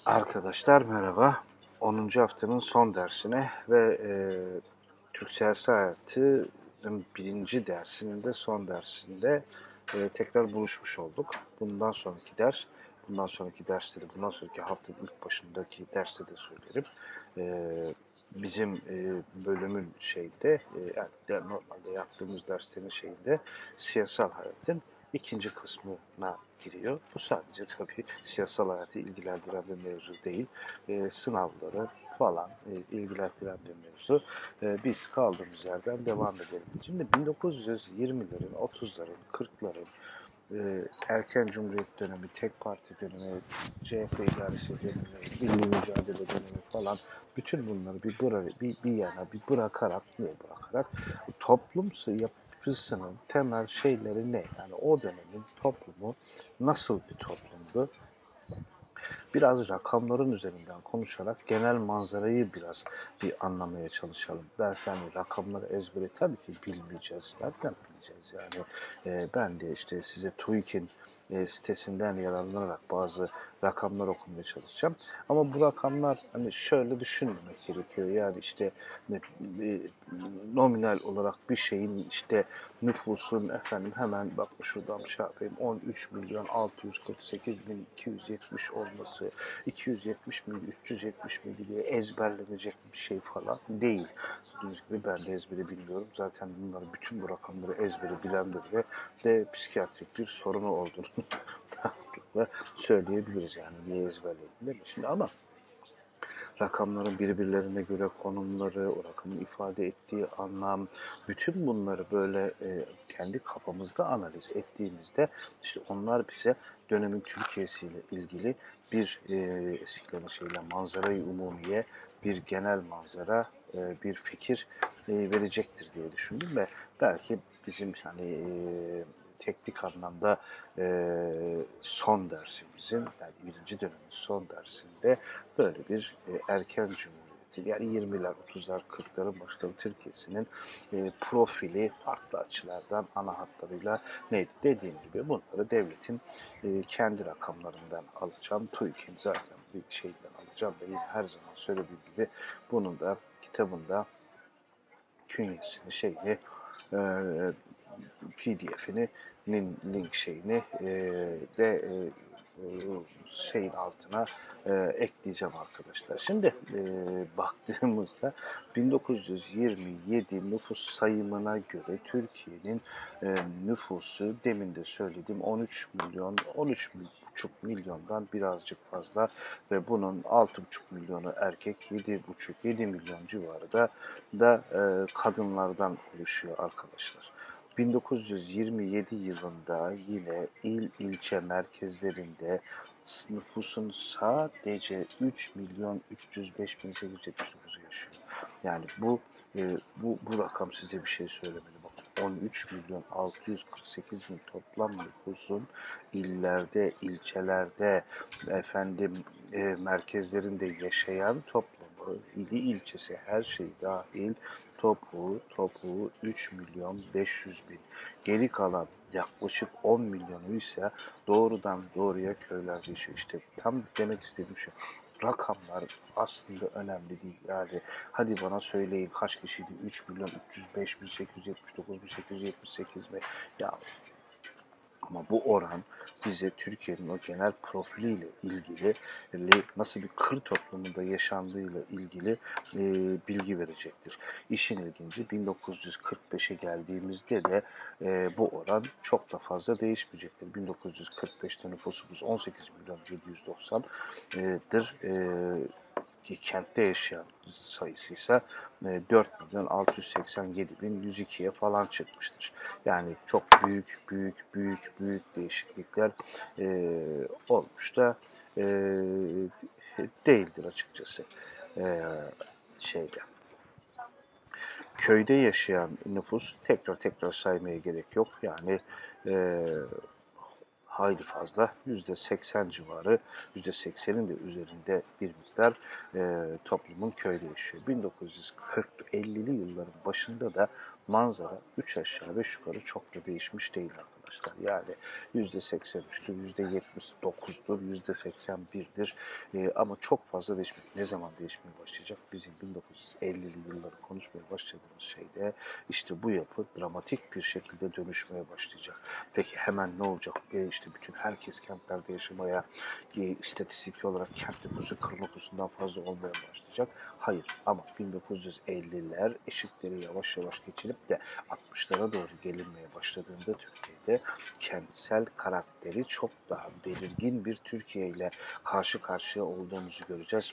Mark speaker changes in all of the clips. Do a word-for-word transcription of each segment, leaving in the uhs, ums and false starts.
Speaker 1: Arkadaşlar merhaba. onuncu haftanın son dersine ve e, Türk Siyasi Hayatı'nın birinci dersinin de son dersinde e, tekrar buluşmuş olduk. Bundan sonraki ders, bundan sonraki derste de, bundan sonraki haftanın ilk başındaki derste de söylerim. E, bizim e, bölümün şeyde, e, yani normalde yaptığımız derslerin şeyinde siyasal hayatın ikinci kısmına giriyor. Bu sadece tabii siyasal hayatı ilgilendiren bir mevzu değil. E, sınavları falan e, ilgilendiren bir mevzu. E, biz kaldığımız yerden devam edelim. Şimdi bin dokuz yüz yirmilerin, otuzların, kırkların e, erken cumhuriyet dönemi, tek parti dönemi, C H P idaresi dönemi, milli mücadele dönemi falan bütün bunları bir, bıra- bir, bir yana bir bırakarak, niye bırakarak toplumsu yapısının temel şeyleri ne? Yani o dönemin toplumu nasıl bir toplumdu? Biraz rakamların üzerinden konuşarak genel manzarayı biraz bir anlamaya çalışalım. Belki hani rakamları ezbere tabii ki bilmeyeceğiz. Nereden bileceğiz yani? E, ben de işte size TÜİK'in e, sitesinden yararlanarak bazı rakamlar okumaya çalışacağım. Ama bu rakamlar hani şöyle düşünmemek gerekiyor. Yani işte e, e, nominal olarak bir şeyin işte nüfusun efendim hemen bak şuradan şey yapayım on üç milyon altı yüz kırk sekiz bin iki yüz yetmiş olması iki yüz yetmiş milyon üç yüz yetmiş milyon diye ezberlenecek bir şey falan değil. Gördüğünüz gibi ben de ezberi bilmiyorum. Zaten bunları bütün bu rakamları ezberi bilenleri de, de psikiyatrik bir sorunu olduğunu rahatlıkla söyleyebiliriz yani niye ezberledim değil mi? Şimdi ama rakamların birbirlerine göre konumları, o rakamın ifade ettiği anlam, bütün bunları böyle e, kendi kafamızda analiz ettiğimizde işte onlar bize dönemin Türkiye'siyle ilgili bir e, eskilerin şeyle manzarayı umumiye, bir genel manzara, e, bir fikir e, verecektir diye düşündüm ve belki bizim hani e, teknik anlamda e, son dersimizin yani birinci dönemin son dersinde böyle bir e, erken cumhuriyeti yani yirmiler, otuzlar, kırkların başları Türkiye'sinin e, profili farklı açılardan ana hatlarıyla neydi? Dediğim gibi bunları devletin e, kendi rakamlarından alacağım. TÜİK'in zaten bir şeyden alacağım ve yine her zaman söylediğim gibi bunun da kitabında künyesini şeyini e, P D F'ini link şeyini e, de e, şeyin altına e, ekleyeceğim arkadaşlar. Şimdi e, baktığımızda bin dokuz yüz yirmi yedi nüfus sayımına göre Türkiye'nin e, nüfusu demin de söyledim on üç milyon on üç buçuk milyondan birazcık fazla ve bunun altı buçuk milyonu erkek yedi buçuk yedi milyon civarı da da e, kadınlardan oluşuyor arkadaşlar. bin dokuz yüz yirmi yedi yılında yine il ilçe merkezlerinde nüfusun sadece üç milyon üç yüz beş bin sekiz yüz yetmiş dokuzu yaşıyor. Yani bu e, bu bu rakam size bir şey söylemeli. Bakın on üç milyon altı yüz kırk sekiz bin toplam nüfusun illerde, ilçelerde, efendim e, merkezlerinde yaşayan toplamı, ili ilçesi her şey dahil topu topu üç milyon beş yüz bin. Geri kalan yaklaşık on milyonu ise doğrudan doğruya köylerde yaşıyor. İşte tam demek istediğim şey. Rakamlar aslında önemli değil. Yani hadi bana söyleyin kaç kişiydi? üç milyon üç yüz beş bin sekiz yüz yetmiş dokuz bin sekiz yüz yetmiş sekiz mi? Ya ama bu oran bize Türkiye'nin o genel profiliyle ilgili, nasıl bir kır toplumunda yaşandığıyla ilgili e, bilgi verecektir. İşin ilginci bin dokuz yüz kırk beşe geldiğimizde de e, bu oran çok da fazla değişmeyecektir. bin dokuz yüz kırk beşte nüfusumuz on sekiz milyon yedi yüz doksan'dır. E, kentte yaşayan sayısı ise dört milyon altı yüz seksen yedi bin yüz ikiye falan çıkmıştır. Yani çok büyük büyük büyük büyük değişiklikler e, olmuş da e, değildir açıkçası. E, şeyde köyde yaşayan nüfus tekrar tekrar saymaya gerek yok. Yani e, hayli fazla. yüzde seksen civarı, yüzde seksenin de üzerinde bir miktar e, toplumun köyde yaşıyor. bin dokuz yüz kırk ellili yılların başında da manzara üç aşağı beş yukarı çok da değişmiş değil arkadaşlar. arkadaşlar. Yani yüzde seksen üçtür, yüzde yetmiş dokuzdur, yüzde seksen birdir. E, ama çok fazla değişmiyor. Ne zaman değişmeye başlayacak? Bizim bin dokuz yüz ellili yılları konuşmaya başladığımız şeyde işte bu yapı dramatik bir şekilde dönüşmeye başlayacak. Peki hemen ne olacak? E, işte bütün herkes kentlerde yaşamaya, e, istatistik olarak kent nüfusu kırk nüfusundan fazla olmaya başlayacak. Hayır, ama bin dokuz yüz elliler eşikleri yavaş yavaş geçilip de altmışlara doğru gelinmeye başladığında Türkiye'de kentsel karakteri çok daha belirgin bir Türkiye ile karşı karşıya olduğumuzu göreceğiz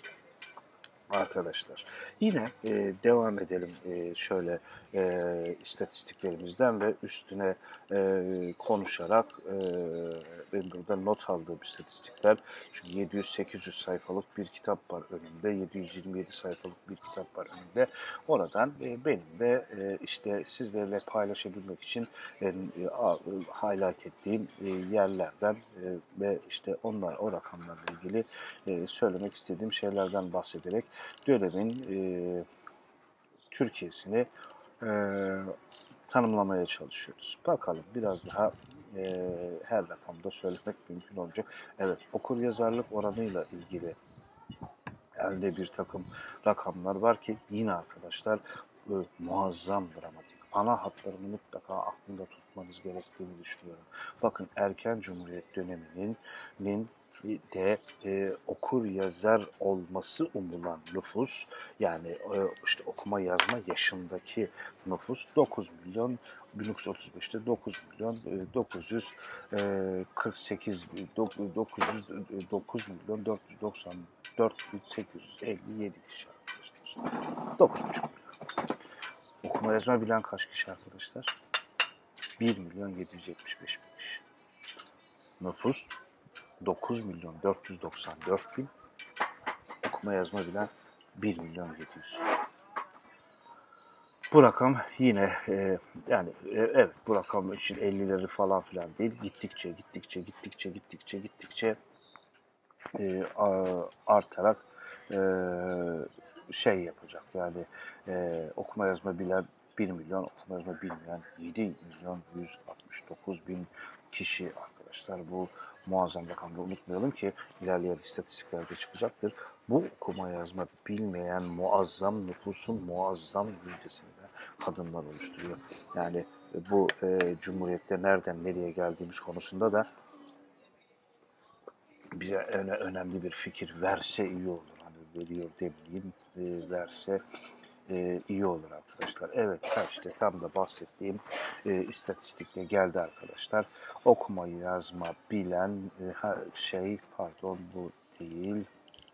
Speaker 1: arkadaşlar. Yine e, devam edelim e, şöyle e, istatistiklerimizden ve üstüne e, konuşarak e, benim burada not aldığım istatistikler, çünkü yedi yüz sekiz yüz sayfalık bir kitap var önümde, yedi yüz yirmi yedi sayfalık bir kitap var önümde. Oradan e, benim de e, işte sizlerle paylaşabilmek için e, e, highlight ettiğim e, yerlerden e, ve işte onlar, o rakamlarla ilgili e, söylemek istediğim şeylerden bahsederek dönemin e, Türkiye'sini e, tanımlamaya çalışıyoruz. Bakalım biraz daha e, her rakamda söylemek mümkün olacak. Evet, okuryazarlık oranıyla ilgili elde bir takım rakamlar var ki yine arkadaşlar e, muazzam dramatik. Ana hatlarını mutlaka aklında tutmanız gerektiğini düşünüyorum. Bakın erken Cumhuriyet döneminin nin de e, okur yazar olması umulan nüfus, yani e, işte okuma yazma yaşındaki nüfus dokuz milyon, bin dokuz yüz otuz beşte dokuz milyon e, dokuz yüz kırk sekiz dokuz yüz dokuz milyon dört yüz doksan dört bin sekiz yüz elli yedi kişi arkadaşlar. dokuz buçuk milyon. Okuma yazma bilen kaç kişi arkadaşlar? bir milyon yedi yüz yetmiş beş bin kişi. Nüfus dokuz milyon dört yüz doksan dört bin. Okuma yazma bilen bir milyon yedi yüz. Bu rakam yine e, yani e, evet, bu rakam için ellileri falan filan değil. Gittikçe gittikçe gittikçe gittikçe gittikçe e, artarak e, şey yapacak. Yani e, okuma yazma bilen bir milyon, okuma yazma bilmeyen yedi milyon yüz altmış dokuz bin kişi arkadaşlar. Bu muazzam rakamda unutmayalım ki ilerleyen istatistiklerde çıkacaktır. Bu okuma yazma bilmeyen muazzam nüfusun muazzam yüzdesini de kadınlar oluşturuyor. Yani bu e, Cumhuriyet'te nereden nereye geldiğimiz konusunda da bize öne, önemli bir fikir verse iyi olur. Hani veriyor demeyeyim, e, verse e, iyi olur arkadaşlar. Evet, işte tam da bahsettiğim e, istatistikte geldi arkadaşlar. Okuma yazma bilen e, şey, pardon bu değil.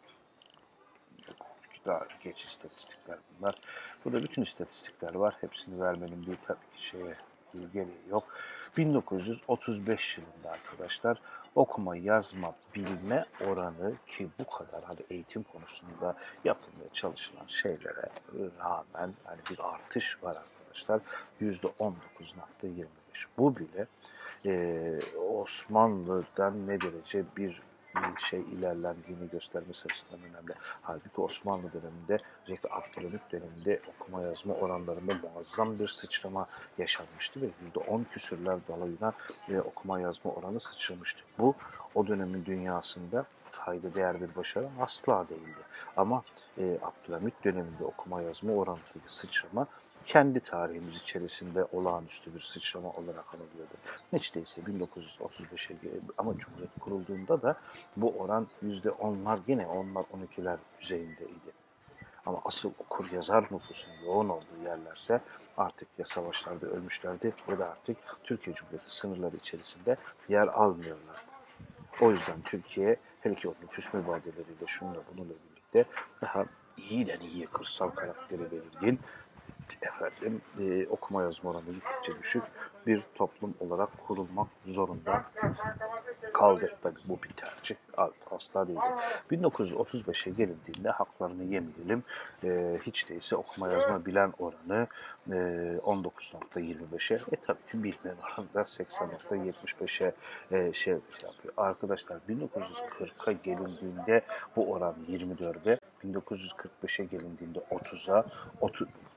Speaker 1: Daha geç istatistikler bunlar. Burada bütün istatistikler var. Hepsini vermenin bir tabii ki şeye gereği yok. bin dokuz yüz otuz beş yılında arkadaşlar okuma yazma bilme oranı, ki bu kadar hani eğitim konusunda yapılmaya çalışılan şeylere rağmen yani bir artış var arkadaşlar. yüzde on dokuz nokta yirmi beş. Bu bile e, Osmanlı'dan ne derece bir şey ilerlendiğini göstermesi açısından önemli. Halbuki Osmanlı döneminde, özellikle Abdülhamit döneminde okuma yazma oranlarında muazzam bir sıçrama yaşanmıştı ve yüzde on küsürler dolayına e, okuma yazma oranı sıçramıştı. Bu o dönemin dünyasında kayda değer bir başarı asla değildi. Ama e, Abdülhamit döneminde okuma yazma oranındaki sıçrama kendi tarihimiz içerisinde olağanüstü bir sıçrama olarak anılıyordu. Hiç değilse bin dokuz yüz otuz beşe ama Cumhuriyet kurulduğunda da bu oran yüzde onlar, yine onlar on ikiler düzeyindeydi. Ama asıl okur yazar nüfusun yoğun olduğu yerlerse artık ya savaşlarda ölmüşlerdi ya da artık Türkiye Cumhuriyeti sınırları içerisinde yer almıyorlardı. O yüzden Türkiye, hele ki o nüfus mübadeleleriyle şununla bununla birlikte daha iyiden iyiye kırsal karakteri belirgin, efendim e, okuma yazma oranı gittikçe düşük bir toplum olarak kurulmak zorunda kaldı. Tabii bu bir tercih, asla değildi. bin dokuz yüz otuz beşe gelindiğinde haklarını yemeyelim. E, hiç değilse okuma yazma bilen oranı e, on dokuz nokta yirmi beşe, e tabii ki bilmeyen oranı da seksen nokta yetmiş beşe e, şey yapıyor. Arkadaşlar bin dokuz yüz kırka gelindiğinde bu oran yirmi dörde, bin dokuz yüz kırk beşe gelindiğinde otuza,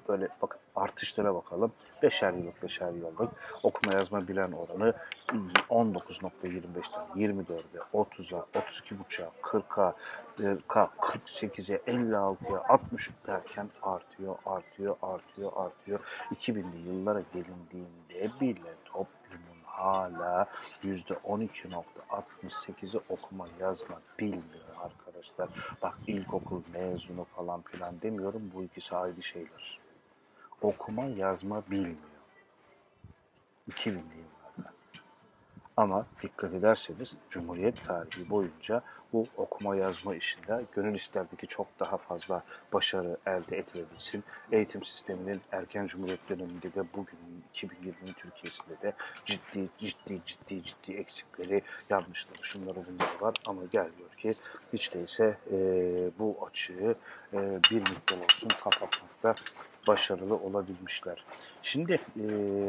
Speaker 1: böyle bakın artışlara bakalım. Beşer yıllık beşer yıllık okuma yazma bilen oranı on dokuz nokta yirmi beşten yirmi dörde, otuza, otuz iki buçuğa, kırka, kırk sekize, elli altıya, altmış derken artıyor, artıyor, artıyor, artıyor. iki binli yıllara gelindiğinde bile toplumun hala yüzde on iki nokta altmış sekizi okuma yazma bilmiyor arkadaşlar. Bak ilkokul mezunu falan filan demiyorum, bu ikisi ayrı şeyler. Okuma yazma bilmiyor iki binli yıllarda. Ama dikkat ederseniz Cumhuriyet tarihi boyunca bu okuma yazma işinde gönül isterdi ki çok daha fazla başarı elde edilebilsin. Eğitim sisteminin erken Cumhuriyet döneminde de bugün iki bin yirminin Türkiye'sinde de ciddi ciddi ciddi ciddi eksikleri, yanlışları, şunları bunları var. Ama gel gör ki hiç değilse e, bu açığı e, bir miktar olsun kapatmakta başarılı olabilmişler. Şimdi e,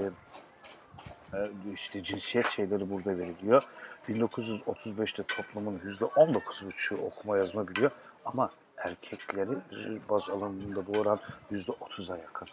Speaker 1: işte cinsiyet şeyleri burada veriliyor. bin dokuz yüz otuz beşte toplumun yüzde on dokuz buçuğu okuma yazma biliyor ama erkekleri baz alındığında bu oran yüzde otuza yakın.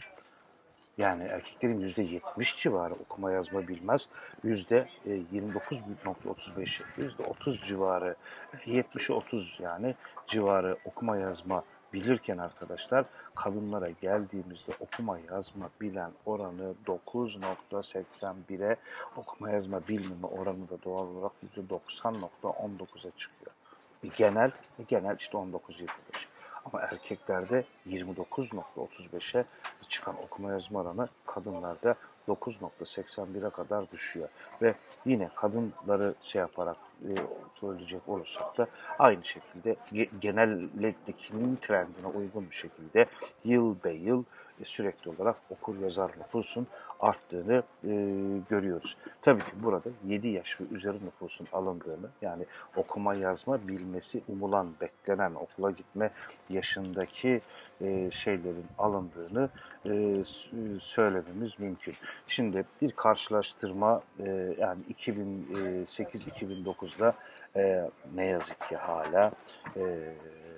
Speaker 1: Yani erkeklerin yüzde yetmiş civarı okuma yazma bilmez. yüzde yirmi dokuz nokta otuz beş, yüzde otuz civarı, yetmişe otuz yani civarı okuma yazma bilirken arkadaşlar, kadınlara geldiğimizde okuma yazma bilen oranı dokuz nokta seksen bire, okuma yazma bilmeme oranı da doğal olarak yüzde doksan nokta on dokuza çıkıyor. Genel, genel işte on dokuz yirmi beş. Ama erkeklerde yirmi dokuz nokta otuz beşe çıkan okuma yazma oranı kadınlarda dokuz nokta seksen bire kadar düşüyor. Ve yine kadınları şey yaparak e, söyleyecek olursak da aynı şekilde geneldekinin trendine uygun bir şekilde yıl be yıl e, sürekli olarak okur yazar nüfusun arttığını e, görüyoruz. Tabii ki burada yedi yaş ve üzeri nüfusun alındığını, yani okuma yazma bilmesi umulan, beklenen okula gitme yaşındaki e, şeylerin alındığını e, söylememiz mümkün. Şimdi bir karşılaştırma e, yani iki bin sekiz iki bin dokuzda e, ne yazık ki hala e,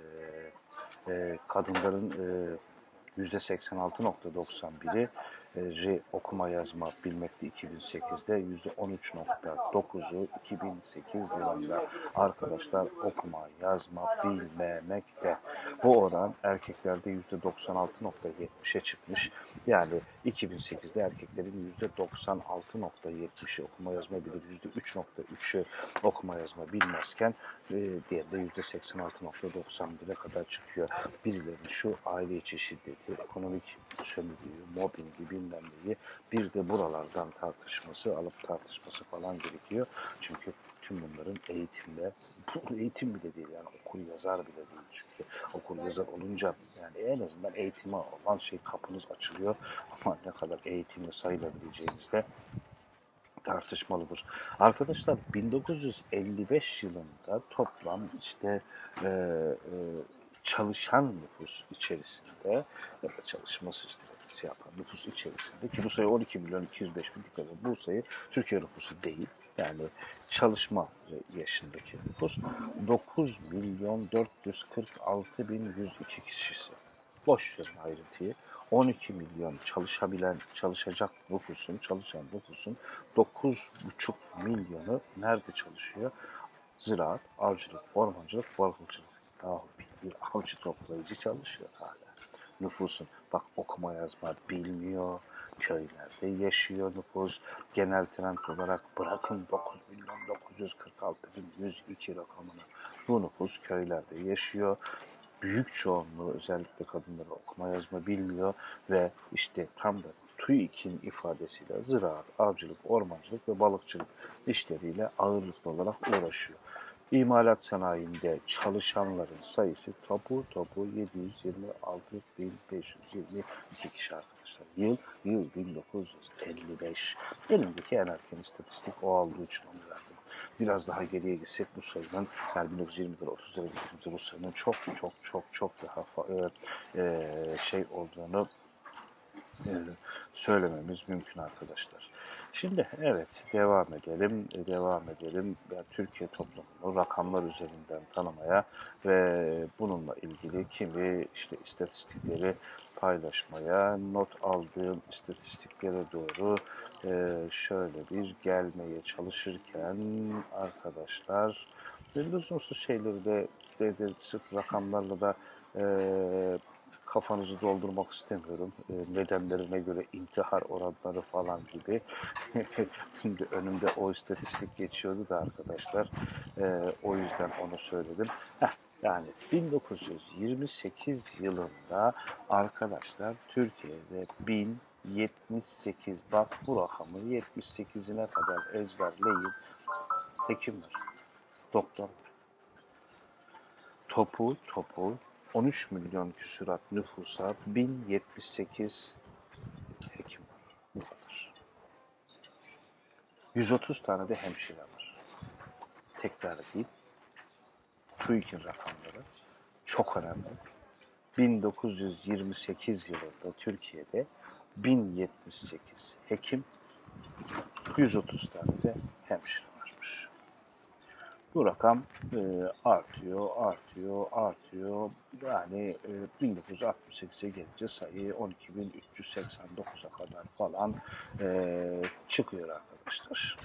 Speaker 1: e, kadınların e, yüzde seksen altı nokta doksan biri e, okuma yazma bilmekte iki bin sekizde, yüzde on üç nokta dokuzu iki bin sekiz yılında arkadaşlar okuma yazma bilmemekte. Bu oran erkeklerde yüzde doksan altı nokta yetmişe çıkmış. Yani iki bin sekizde erkeklerin yüzde doksan altı nokta yetmişi okuma yazma bilir, yüzde üç nokta üçü okuma yazma bilmezken e, diğeri de yüzde seksen altı nokta doksan bire kadar çıkıyor. Birilerinin şu aile içi şiddeti, ekonomik sömürüyü, mobbingi, bilmem neyi bir de buralardan tartışması, alıp tartışması falan gerekiyor. Çünkü tüm bunların eğitimle, eğitim bile değil yani okur yazar bile değil, çünkü okur yazar olunca yani en azından eğitime olan şey kapınız açılıyor, ama ne kadar eğitimli sayılabileceğinizde tartışmalıdır. Arkadaşlar bin dokuz yüz elli beş yılında toplam işte e, e, çalışan nüfus içerisinde ya da çalışması işte şey yapan nüfus içerisinde, ki bu sayı on iki milyon iki yüz beş bin, dikkat edin bu sayı Türkiye nüfusu değil. Yani çalışma yaşındaki nüfus dokuz milyon dört yüz kırk altı bin yüz iki kişisi. Boş verin ayrıntıyı. on iki milyon çalışabilen, çalışacak nüfusun, çalışan nüfusun dokuz buçuk milyonu nerede çalışıyor? Ziraat, avcılık, ormancılık, balıkçılık. Yahu bir, bir avcı toplayıcı çalışıyor hala. Nüfusun bak okuma yazma bilmiyor, köylerde yaşıyor nüfus. Genel trend olarak bırakın dokuz milyon dokuz yüz kırk altı bin yüz iki rakamını. Bu nüfus köylerde yaşıyor. Büyük çoğunluğu özellikle kadınları okuma yazma bilmiyor ve işte tam da TÜİK'in ifadesiyle ziraat, avcılık, ormancılık ve balıkçılık işleriyle ağırlıklı olarak uğraşıyor. İmalat sanayinde çalışanların sayısı topu topu yedi yüz yirmi altı bin beş yüz yirmi iki kişi arkadaşlar. Yıl, yıl bin dokuz yüz elli beş. Elimdeki en erken istatistik o olduğu için onu verdim. Biraz daha geriye gitsek bu sayının, yani bin dokuz yüz yirmi'de otuzlara gittiğimizde bu sayının çok çok çok çok daha e, şey olduğunu e, söylememiz mümkün arkadaşlar. Şimdi evet devam edelim, devam edelim. Yani Türkiye toplumunu rakamlar üzerinden tanımaya ve bununla ilgili kimi işte istatistikleri paylaşmaya, not aldığım istatistiklere doğru e, şöyle bir gelmeye çalışırken arkadaşlar, lüzumsuz şeyleri de, de, de sırf rakamlarla da e, kafanızı doldurmak istemiyorum. E, nedenlerine göre intihar oranları falan gibi. Şimdi önümde o istatistik geçiyordu da arkadaşlar. E, o yüzden onu söyledim. Heh, yani bin dokuz yüz yirmi sekiz yılında arkadaşlar Türkiye'de bin yetmiş sekiz, bak bu rakamı yetmiş sekizine kadar ezberleyin. Hekim var, doktor var. Topu topu on üç milyon küsurat nüfusa bin yetmiş sekiz hekim var. Bu kadar. yüz otuz tane de hemşire var. Tekrar edeyim. TÜİK'in rakamları çok önemli. bin dokuz yüz yirmi sekiz yılında Türkiye'de bin yetmiş sekiz hekim, yüz otuz tane de hemşire varmış. Bu rakam e, artıyor, artıyor, artıyor. Yani e, bin dokuz yüz altmış sekize gelince sayı on iki bin üç yüz seksen dokuza kadar falan e, çıkıyor arkadaşlar.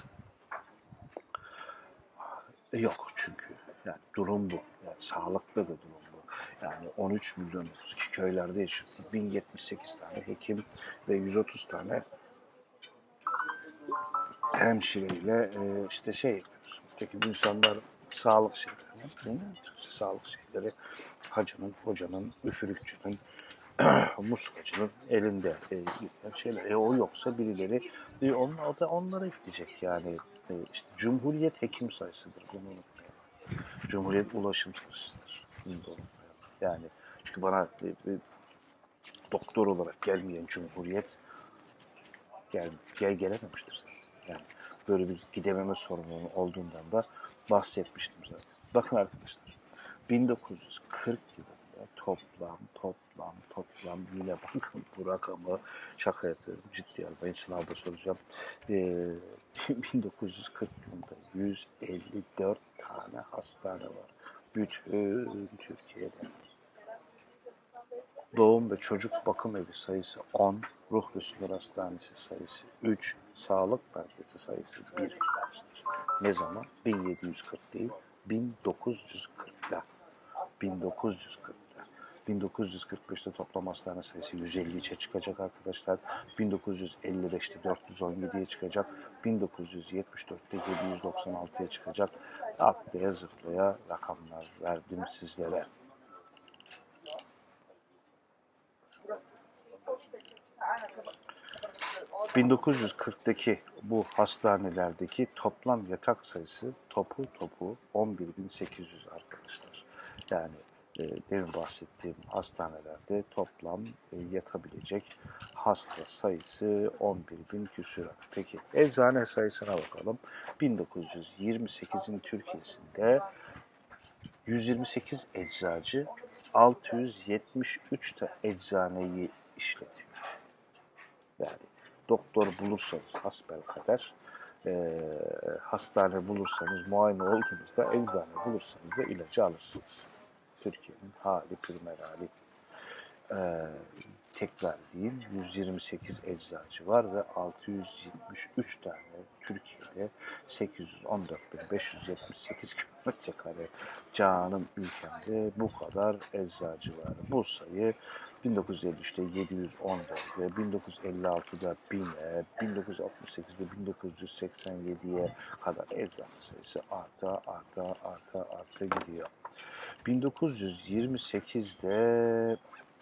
Speaker 1: E, yok çünkü. Yani durum bu. Yani sağlıkta da durum bu. Yani on üç milyon ki köylerde yaşıyor. bin yetmiş sekiz tane hekim ve yüz otuz tane hemşireyle e, işte şey yapıyorsun. Peki bu insanlar sağlık şeyleri, değil mi? İşte sağlık şeyleri hacının, hocanın, üfürükçünün, muskacının elinde e, şeyler. E, o yoksa birileri e, onlar, o da onlara gidecek yani. E, işte Cumhuriyet hekim sayısıdır. Bunu unutmayalım. Cumhuriyet ulaşım sayısıdır. Bunu da unutmayalım. Yani çünkü bana e, e, doktor olarak gelmeyen Cumhuriyet gel, gel gelememiştir zaten. Yani böyle bir gidememe sorunu olduğundan da bahsetmiştim zaten. Bakın arkadaşlar, bin dokuz yüz kırk yılında toplam toplam toplam yine bakın bu rakamı şaka yapıyorum, ciddi almayın, sınavda soracağım. Ee, bin dokuz yüz kırk yılında yüz elli dört tane hastane var. Bütün Türkiye'de. Doğum ve çocuk bakım evi sayısı on, ruh ve sinir hastanesi sayısı üç, sağlık merkezi sayısı bir. Ne zaman? bin yedi yüz kırk değil, bin dokuz yüz kırkta. bin dokuz yüz kırkta. bin dokuz yüz kırk beşte toplam hastane sayısı yüz elli üçe çıkacak arkadaşlar. bin dokuz yüz elli beşte dört yüz on yediye çıkacak. bin dokuz yüz yetmiş dörtte yedi yüz doksan altıya çıkacak. Atlaya zıplaya rakamlar verdim sizlere. bin dokuz yüz kırktaki bu hastanelerdeki toplam yatak sayısı topu topu on bir bin sekiz yüz arkadaşlar. Yani e, demin bahsettiğim hastanelerde toplam e, yatabilecek hasta sayısı on bir bin küsurat. Peki eczane sayısına bakalım. bin dokuz yüz yirmi sekizin Türkiye'sinde yüz yirmi sekiz eczacı altı yüz yetmiş üç ta eczaneyi işletiyor. Yani doktor bulursanız hasbelkader, e, hastane bulursanız, muayene olduğunuzda, eczane bulursanız da ilacı alırsınız. Türkiye'nin hali pürmerali. E, tekrar diyeyim, yüz yirmi sekiz eczacı var ve altı yüz yetmiş üç tane Türkiye'de sekiz yüz on dört bin beş yüz yetmiş sekiz kilometre kare canım ülkemde bu kadar eczacı var. Bu sayı bin dokuz yüz elli üçte yedi yüz on dört ve bin dokuz yüz elli altıda bine, bin dokuz yüz altmış sekizde bin dokuz yüz seksen yediye kadar eczane sayısı arta arta arta arta gidiyor. bin dokuz yüz yirmi sekizde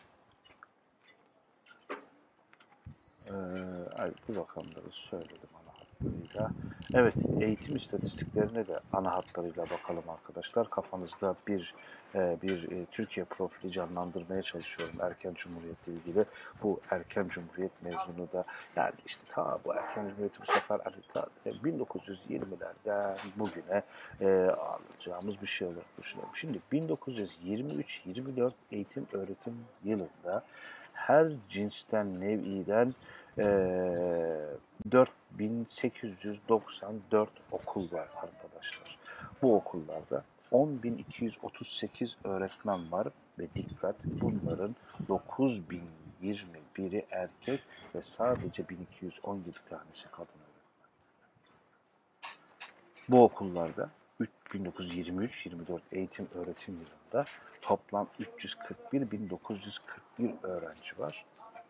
Speaker 1: Ee, bu rakamları söyledim ana hatlarıyla. Evet, eğitim istatistiklerine de ana hatlarıyla bakalım arkadaşlar. Kafanızda bir e, bir e, Türkiye profili canlandırmaya çalışıyorum erken cumhuriyetle ilgili. Bu erken cumhuriyet mevzunu da yani işte ta bu erken cumhuriyeti bu sefer hani ta bin dokuz yüz yirmilerden bugüne e, alacağımız bir şey olarak düşünüyorum. Şimdi bin dokuz yüz yirmi üç yirmi dört eğitim öğretim yılında her cinsten nev'iden e, dört bin sekiz yüz doksan dört okul var arkadaşlar. Bu okullarda on bin iki yüz otuz sekiz öğretmen var ve dikkat, bunların dokuz bin yirmi biri erkek ve sadece bin iki yüz on yedi tanesi kadın öğretmen. Bu okullarda bin dokuz yüz yirmi üç yirmi dört eğitim öğretim yılında toplam üç yüz kırk bir bin dokuz yüz kırk bir öğrenci var.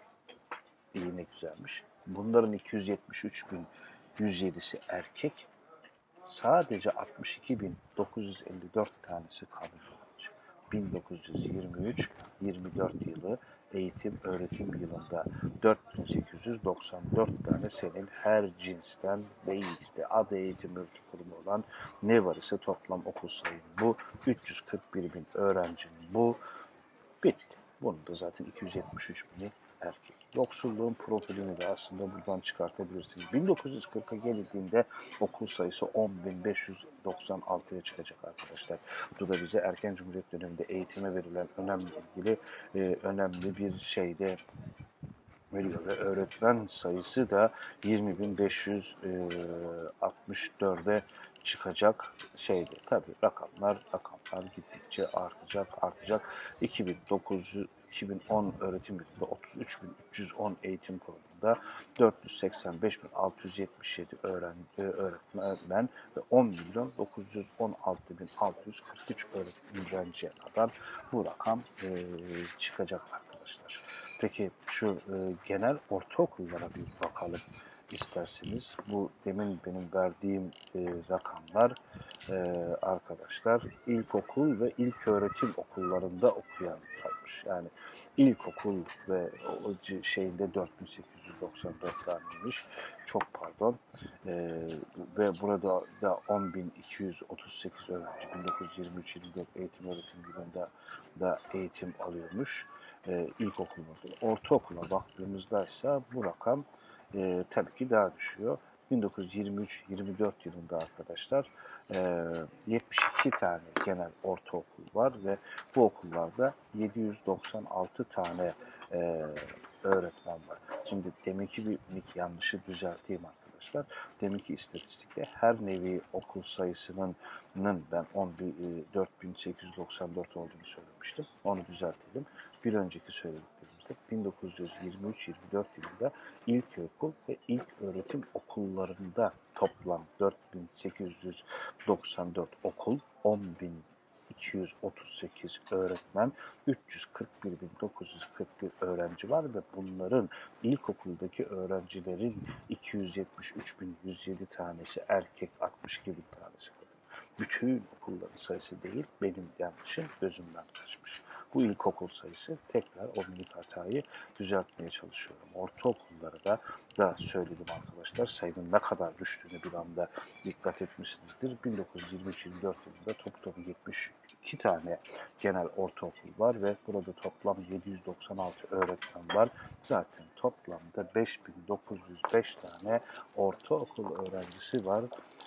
Speaker 1: İyi, ne güzelmiş. Bunların iki yüz yetmiş üç bin yüz yedisi erkek. Sadece altmış iki bin dokuz yüz elli dört tanesi kadın öğrenci. bin dokuz yüz yirmi üç yirmi dört yılı eğitim öğretim yılında dört bin sekiz yüz doksan dört tane senin her cinsten değilse adı eğitim öğretim kurumu olan ne var ise toplam okul sayın bu. üç yüz kırk bir bin öğrencinin bu. Bitti. Bunun da zaten iki yüz yetmiş üç bini erkek. Yoksulluğun profilini de aslında buradan çıkartabilirsiniz. bin dokuz yüz kırka gelindiğinde okul sayısı on bin beş yüz doksan altıya çıkacak arkadaşlar. Bu da bize erken Cumhuriyet döneminde eğitime verilen önemli ilgili e, önemli bir şeyde veriyor ve öğretmen sayısı da yirmi bin beş yüz altmış dörde çıkacak şeydi. Tabii rakamlar rakamlar gittikçe artacak artacak. iki bin dokuz iki bin on öğretim yılında otuz üç bin üç yüz on eğitim kurumunda dört yüz seksen beş bin altı yüz yetmiş yedi öğren, öğretmen ve on milyon dokuz yüz on altı bin altı yüz kırk üç öğrenciye kadar bu rakam e, çıkacak arkadaşlar. Peki şu e, genel ortaokullara bir bakalım isterseniz. Bu demin benim verdiğim e, rakamlar e, arkadaşlar ilkokul ve ilköğretim okullarında okuyanlarmış. Yani ilkokul ve o şeyinde dört bin sekiz yüz doksan dört taneymiş. Çok pardon. E, ve burada da on bin iki yüz otuz sekiz öğrenci bin dokuz yüz yirmi üç yirmi dört eğitim öğretim yılında da eğitim alıyormuş. E, ilkokul orta. Ortaokula baktığımızda ise bu rakam e, tabii ki daha düşüyor. bin dokuz yüz yirmi üç yirmi dört yılında arkadaşlar e, yetmiş iki tane genel ortaokul var ve bu okullarda yedi yüz doksan altı tane e, öğretmen var. Şimdi deminki bir yanlışı düzelteyim arkadaşlar. Deminki istatistikte her nevi okul sayısının ben dört bin sekiz yüz doksan dört olduğunu söylemiştim. Onu düzeltelim. Bir önceki söylediklerimizde bin dokuz yüz yirmi üç yirmi dört yılında ilkokul ve ilk öğretim okullarında toplam dört bin sekiz yüz doksan dört okul, on bin iki yüz otuz sekiz öğretmen, üç yüz kırk bir bin dokuz yüz kırk bir öğrenci var ve bunların ilkokuldaki öğrencilerin iki yüz yetmiş üç bin yüz yedi tanesi erkek, altmış iki bin tanesi kadın. Bütün okulların sayısı değil, benim yanlışım gözümden kaçmış. Bu ilkokul sayısı, tekrar o minik hatayı düzeltmeye çalışıyorum. Ortaokullara da, da söyledim arkadaşlar, sayının ne kadar düştüğünü bir anda dikkat etmişsinizdir. bin dokuz yüz yirmi üç yirmi dört yılında topu topu yetmiş iki tane genel ortaokul var ve burada toplam yedi yüz doksan altı öğretmen var. Zaten toplamda beş bin dokuz yüz beş tane ortaokul öğrencisi var.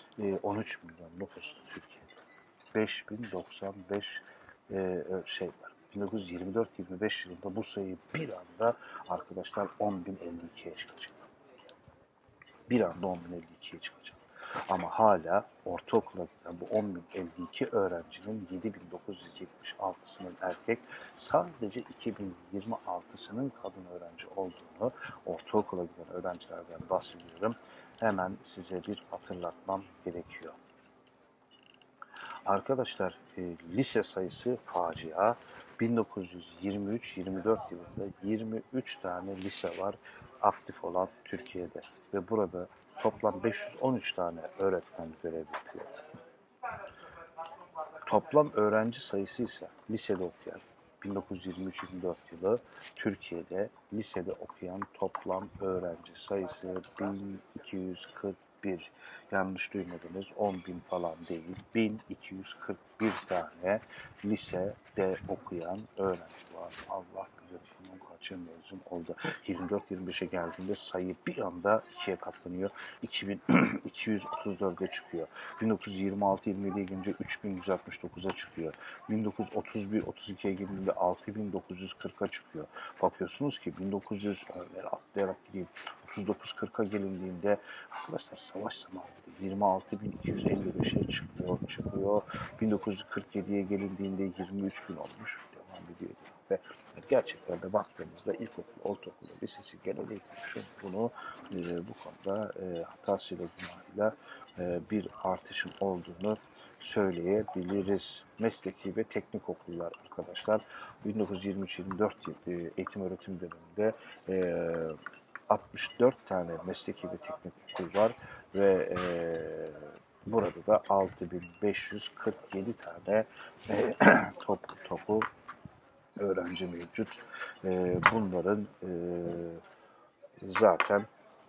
Speaker 1: on üç milyon nüfuslu Türkiye'de. beş bin doksan beş e, şey var. bin dokuz yüz yirmi dört yirmi beş yılında bu sayı bir anda arkadaşlar on bin elli ikiye çıkacak. Bir anda on bin elli ikiye çıkacak. Ama hala ortaokula giden bu on bin elli iki öğrencinin yedi bin dokuz yüz yetmiş altısının erkek, sadece iki bin yirmi altısının kadın öğrenci olduğunu, ortaokula giden öğrencilerden bahsediyorum. Hemen size bir hatırlatmam gerekiyor. Arkadaşlar e, lise sayısı facia. bin dokuz yüz yirmi üç yirmi dört yılında yirmi üç tane lise var aktif olan Türkiye'de ve burada toplam beş yüz on üç tane öğretmen görev yapıyor. Toplam öğrenci sayısı ise lisede okuyan bin dokuz yüz yirmi üç yirmi dört yılı Türkiye'de lisede okuyan toplam öğrenci sayısı bin iki yüz kırk bir. Yanlış duymadınız, on bin falan değil. bin iki yüz kırk bir tane lisede okuyan öğrenci var. Allah bilir bunun kaçı mezun oldu. yirmi dört yirmi beşe geldiğinde sayı bir anda ikiye katlanıyor. iki bin iki yüz otuz dörde çıkıyor. bin dokuz yüz yirmi altı yirmi yediye gelince üç bin yüz altmış dokuza çıkıyor. bin dokuz yüz otuz bir otuz ikiye gelindiğinde altı bin dokuz yüz kırka çıkıyor. Bakıyorsunuz ki bin dokuz yüz atlayarak gideyim. otuz dokuz kırka gelindiğinde arkadaşlar savaş zamanı yirmi altı bin iki yüz elli beşe çıkıyor, çıkıyor. bin dokuz yüz kırk yediye gelindiğinde yirmi üç bin olmuş. Devam ediyor. Ve gerçekten de baktığımızda ilkokul, ortaokul, lisesi, genel eğitim, şu bunu e, bu konuda e, hatasıyla, günahıyla e, bir artışın olduğunu söyleyebiliriz. Mesleki ve teknik okullar arkadaşlar bin dokuz yüz yirmi üç yirmi dört eğitim öğretim döneminde e, altmış dört tane mesleki ve teknik okul var ve e, burada da altı bin beş yüz kırk yedi tane e, topu topu öğrenci mevcut. E, bunların e, zaten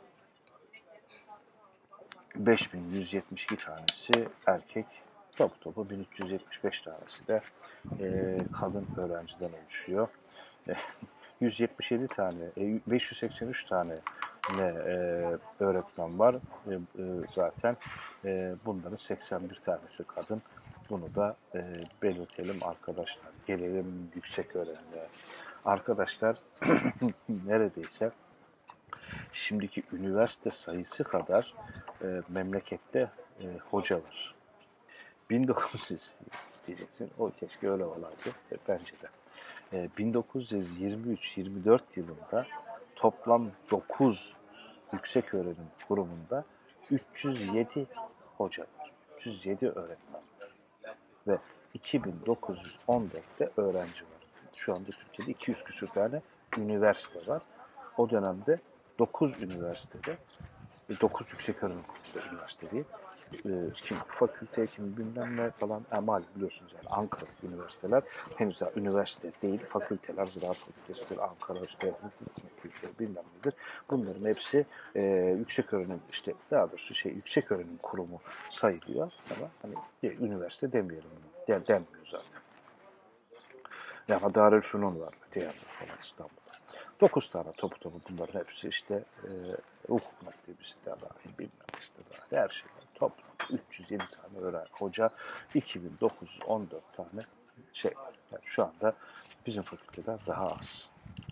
Speaker 1: beş bin yüz yetmiş iki tanesi erkek, topu topu bin üç yüz yetmiş beş tanesi de e, kadın öğrenciden oluşuyor. yüz yetmiş yedi tane, beş yüz seksen üç tane ne e, öğretmen var. E, e, zaten e, bunların seksen bir tanesi kadın. Bunu da e, belirtelim arkadaşlar. Gelelim yüksek öğrenime. Arkadaşlar neredeyse şimdiki üniversite sayısı kadar e, memlekette e, hoca var. bin dokuz yüz diyeceksin, o keşke öyle olaydı. E, bence de. E, bin dokuz yüz yirmi üç yirmi dört yılında toplam dokuz yükseköğrenim kurumunda üç yüz yedi hoca var. üç yüz yedi öğretmen var. Ve iki bin dokuz yüz on dörtte öğrenci var. Şu anda Türkiye'de iki yüz küsur tane üniversite var. O dönemde dokuz üniversitede, dokuz yükseköğrenim kurumunda üniversite değil, kim fakülte, kim bilmem ne falan, e, malum biliyorsunuz yani Ankara üniversiteler henüz daha üniversite değil, fakülteler, Ziraat Fakültesidir, Ankara işte hukuk fakülteleri bilmem nedir. Bunların hepsi e, yüksek öğrenim, işte daha doğrusu şey yüksek öğrenim kurumu sayılıyor ama hani e, üniversite demeyelim bunu, Den, denmiyor zaten. Yani Darülfünun var, Diyarbakır falan, İstanbul'da. Dokuz tane topu topu bunların hepsi işte e, hukuk mektebisi de dahil, bilmem ne de dahil, her şey var. Toplam üç yüz yedi tane öğrenci, hoca, iki bin dokuz yüz on dört tane şey. Yani şu anda bizim fakülteden daha az.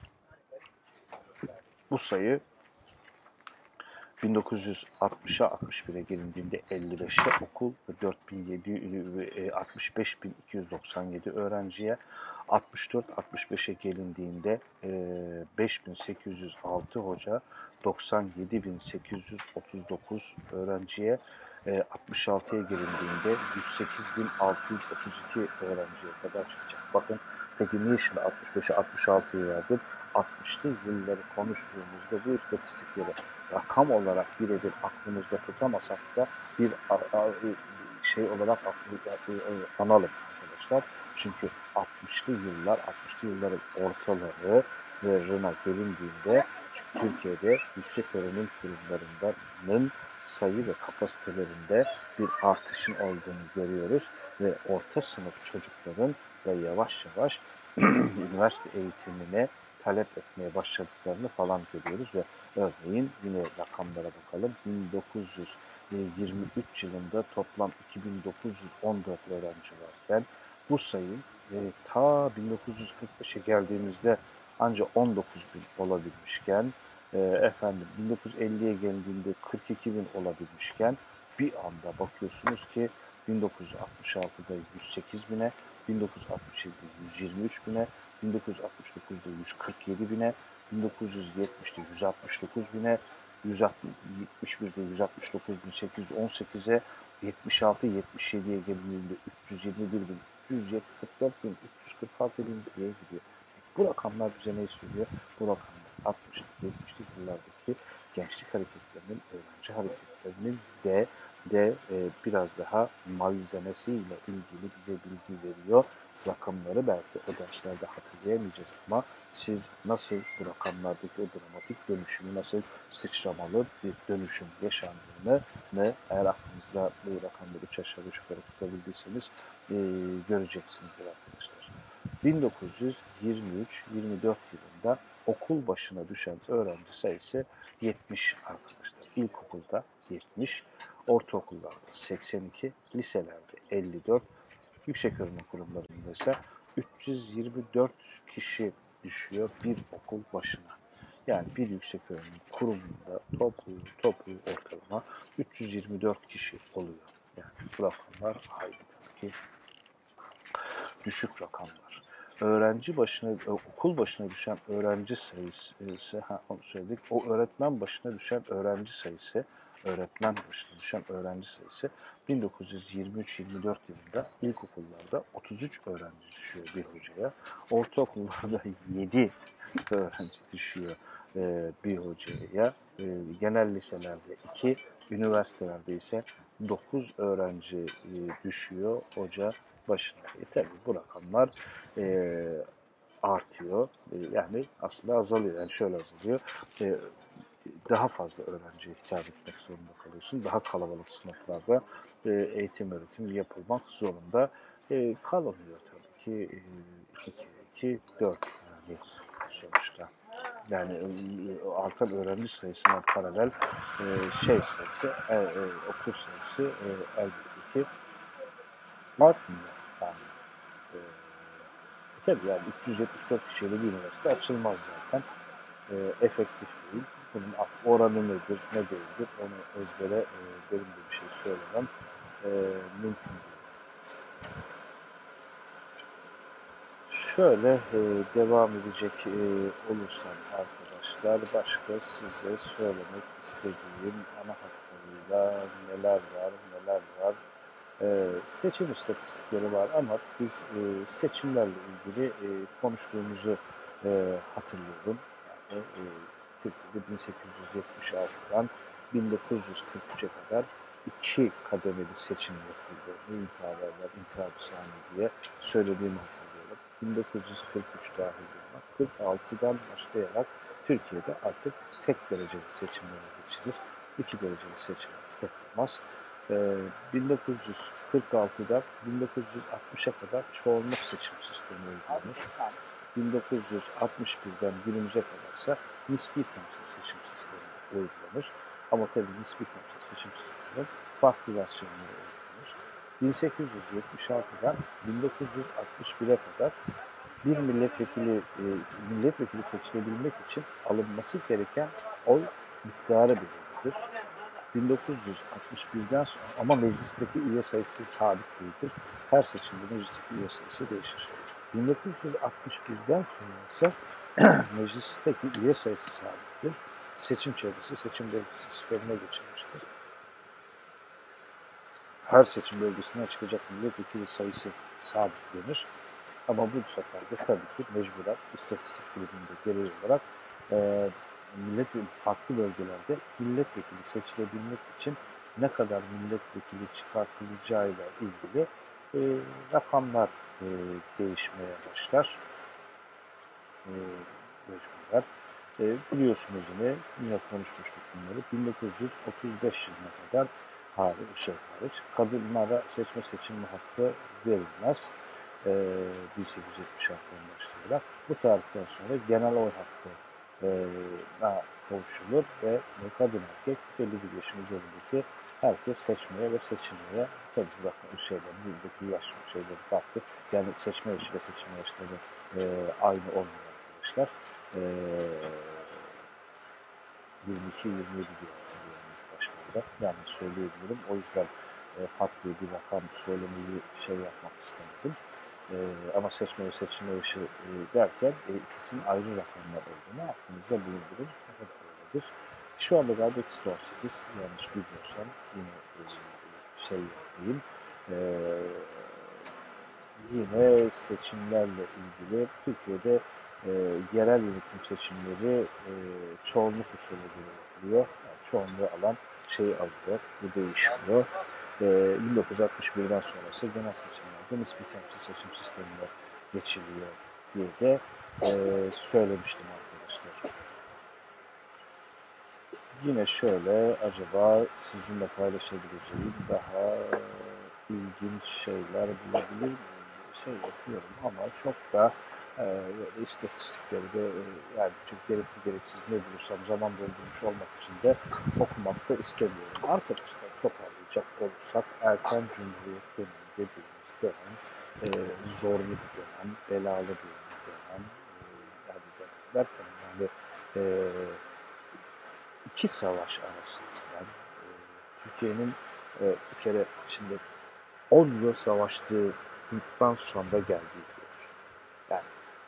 Speaker 1: Bu sayı bin dokuz yüz altmışa altmış bire gelindiğinde elli beşe okul ve dört bin altmış beş bin iki yüz doksan yedi öğrenciye, altmış dört altmış beşe gelindiğinde beş bin sekiz yüz altı hoca, doksan yedi bin sekiz yüz otuz dokuz öğrenciye, altmış altıya gelindiğinde yüz sekiz bin altı yüz otuz iki öğrenciye kadar çıkacak. Bakın peki niye şimdi altmış beşe altmış altıyı verdim? altmışlı yılları konuştuğumuzda bu istatistikleri rakam olarak birebir aklımızda tutamasak da bir şey olarak analım arkadaşlar. Çünkü altmışlı yıllar, altmışlı yılların ortaları ve rına gelindiğinde Türkiye'de yüksek öğrenim kurumlarının sayı ve kapasitelerinde bir artışın olduğunu görüyoruz ve orta sınıf çocukların da yavaş yavaş üniversite eğitimine talep etmeye başladıklarını falan görüyoruz ve örneğin yine rakamlara bakalım. bin dokuz yüz yirmi üç yılında toplam iki bin dokuz yüz on dört öğrenci varken bu sayı e, ta bin dokuz yüz kırk beşe geldiğimizde ancak on dokuz bin olabilmişken, e, efendim bin dokuz yüz elliye geldiğinde kırk iki bin olabilmişken bir anda bakıyorsunuz ki bin dokuz yüz altmış altıda yüz sekiz bine, bin dokuz yüz altmış yedide yüz yirmi üç bine, bin dokuz yüz altmış dokuzda yüz kırk yedi bine, bin dokuz yüz yetmişte yüz altmış dokuz bine, yetmiş birde yüz altmış dokuz bin sekiz yüz on sekize, yetmiş altı yetmiş yediye gelindiğinde üç yüz yirmi bir bin, üç yüz kırk dört bin, üç yüz kırk altı bin diye gidiyor. Bu rakamlar bize ne söylüyor? Bu rakamlar altmışlı yetmişli yıllardaki gençlik hareketlerinin, öğrenci hareketlerinin de de e, biraz daha malzemesiyle ilgili bize bilgi veriyor. Rakamları belki o derslerde hatırlayamayacağız ama siz nasıl bu rakamlardaki o dramatik dönüşümü, nasıl sıçramalı bir dönüşüm yaşandığını ve eğer aklınızda bu rakamları üç aşağı beş yukarı tutabildiyseniz e, göreceksinizdir arkadaşlar. bin dokuz yüz yirmi üç yirmi dört yılında okul başına düşen öğrenci sayısı yetmiş arkadaşlar. İlkokulda yetmiş, ortaokullarda seksen iki, liselerde elli dört, yükseköğrenim kurumlarında ise üç yüz yirmi dört kişi düşüyor bir okul başına. Yani bir yükseköğrenim kurumunda toplu toplu ortalama üç yüz yirmi dört kişi oluyor. Yani bu rakamlar hayli tabii ki düşük rakamlar. öğrenci başına, okul başına düşen öğrenci sayısı, ha, onu söyledik. O öğretmen başına düşen öğrenci sayısı, öğretmen başına düşen öğrenci sayısı bin dokuz yüz yirmi üç yirmi dört yılında ilkokullarda otuz üç öğrenci düşüyor bir hocaya. Ortaokullarda yedi öğrenci düşüyor e, bir hocaya. E, genel liselerde iki, üniversitelerde ise dokuz öğrenci e, düşüyor hoca başına. E, tabii bu rakamlar e, artıyor. E, yani aslında azalıyor. Yani şöyle azalıyor. E, daha fazla öğrenciye hitap etmek zorunda kalıyorsun. Daha kalabalık sınıflarda e, eğitim öğretim yapılmak zorunda e, kalınıyor tabii ki. E, iki kere iki, dört yani sonuçta. Yani e, artan öğrenci sayısına paralel e, şey sayısı, e, e, okul sayısı e, elbette ki artmıyor. Yani, e, tabii yani üç yüz yetmiş dört kişiyle bir üniversite açılmaz zaten. E, efektif değil. Bunun oranı nedir, ne değildir onu ezbere e, benim de bir şey söylemem e, mümkün değil. Şöyle e, devam edecek e, olursam arkadaşlar, başka size söylemek istediğim ana hatlarıyla neler var, neler var. E, seçim istatistikleri var ama biz e, seçimlerle ilgili e, konuştuğumuzu e, hatırlıyorum. Yani, e, Türkiye'de bin sekiz yüz yetmiş altıdan bin dokuz yüz kırk üçe kadar iki kademeli seçim yapıldı. Bu intiharlar, intiharcı diye söylediğimi hatırlıyorum. bin dokuz yüz kırk üç dahil olmak, kırk altıdan başlayarak Türkiye'de artık tek dereceli seçimlere geçilir. İki dereceli seçim yapılmaz. Ee, bin dokuz yüz kırk altıdan bin dokuz yüz altmışa kadar çoğunluk seçim sistemi uygulanır. bin dokuz yüz altmış birden günümüze kadarsa nispi temsil seçim sistemi uygulanır. Ama tabii nispi temsil seçim sisteminin farklı versiyonları uygulanır. bin sekiz yüz yetmiş altıdan bin dokuz yüz altmış bire kadar bir milletvekili e, milletvekili seçilebilmek için alınması gereken oy miktarı belirlidir. bin dokuz yüz altmış birden sonra ama meclisteki üye sayısı sabit değildir. Her seçimde meclisteki üye sayısı değişir. bin dokuz yüz altmış birden sonra ise meclisteki üye sayısı sabittir. Seçim çevresi seçim bölgesi sistemine geçilmiştir. Her seçim bölgesinden çıkacak milletvekili sayısı sabitlenir. Ama bu sefer de tabii ki mecburen istatistik biliminde gereği olarak e, millet farklı bölgelerde milletvekili seçilebilmek için ne kadar milletvekili çıkartılacağıyla ilgili e, rakamlar e, değişmeye başlar. E, mecburen. E, biliyorsunuz yine, yine konuşmuştuk bunları. bin dokuz yüz otuz beş yılına kadar hariç, şey hariç, kadınlara seçme seçilme hakkı verilmez. E, bin sekiz yüz yetmiş altıdan başlayarak. Bu tarihten sonra genel oy hakkına kavuşulur ve kadın erkek belli bir yaşın üzerindeki herkes seçmeye ve seçilmeye, tabii bırakın şeyler, buradaki yaş şeyleri farklı. Yani seçme yaşı ve seçilme yaşları e, aynı olmuyor arkadaşlar. E, yirmi iki yirmi yedi diye hatırlıyorum ilk başlarda. Yani söyleyebilirim. O yüzden e, farklı bir rakam söylemeyi şey yapmak istemedim. E, ama seçme ve seçilme yaşı e, derken e, ikisinin ayrı rakamlar olduğunu aklınızda bulundurun. Evet, öyledir. Şu anda galiba ikisi de on sekiz. Yanlış bilmiyorsam yine e, şey yapayım. E, yine seçimlerle ilgili Türkiye'de e, yerel yönetim seçimleri e, çoğunluk usulü yapılıyor. Yani çoğunluğu alan şeyi alıyor. Bu değişmiyor. E, bin dokuz yüz altmış birden sonrası genel seçimlerde nispi temsil seçim sistemine geçiliyor diye de e, söylemiştim arkadaşlar. Yine şöyle acaba sizinle paylaşabileceğim daha ilginç şeyler bulabilir miyim? Şey yapıyorum ama çok da e, böyle istatistikleri de e, yani çok gerekli gereksiz ne bulursam zaman doldurmuş olmak için de okumak da istemiyorum. Arkadaşlar toparlayacak olursak erken Cumhuriyet dönemi dediğimiz dönem e, zorlu bir dönem, belalı bir dönem. E, yani derken yani e, iki savaş arasında yani, e, Türkiye'nin e, bir kere şimdi on yıl savaştıktan sonra geldiği diyor. Yani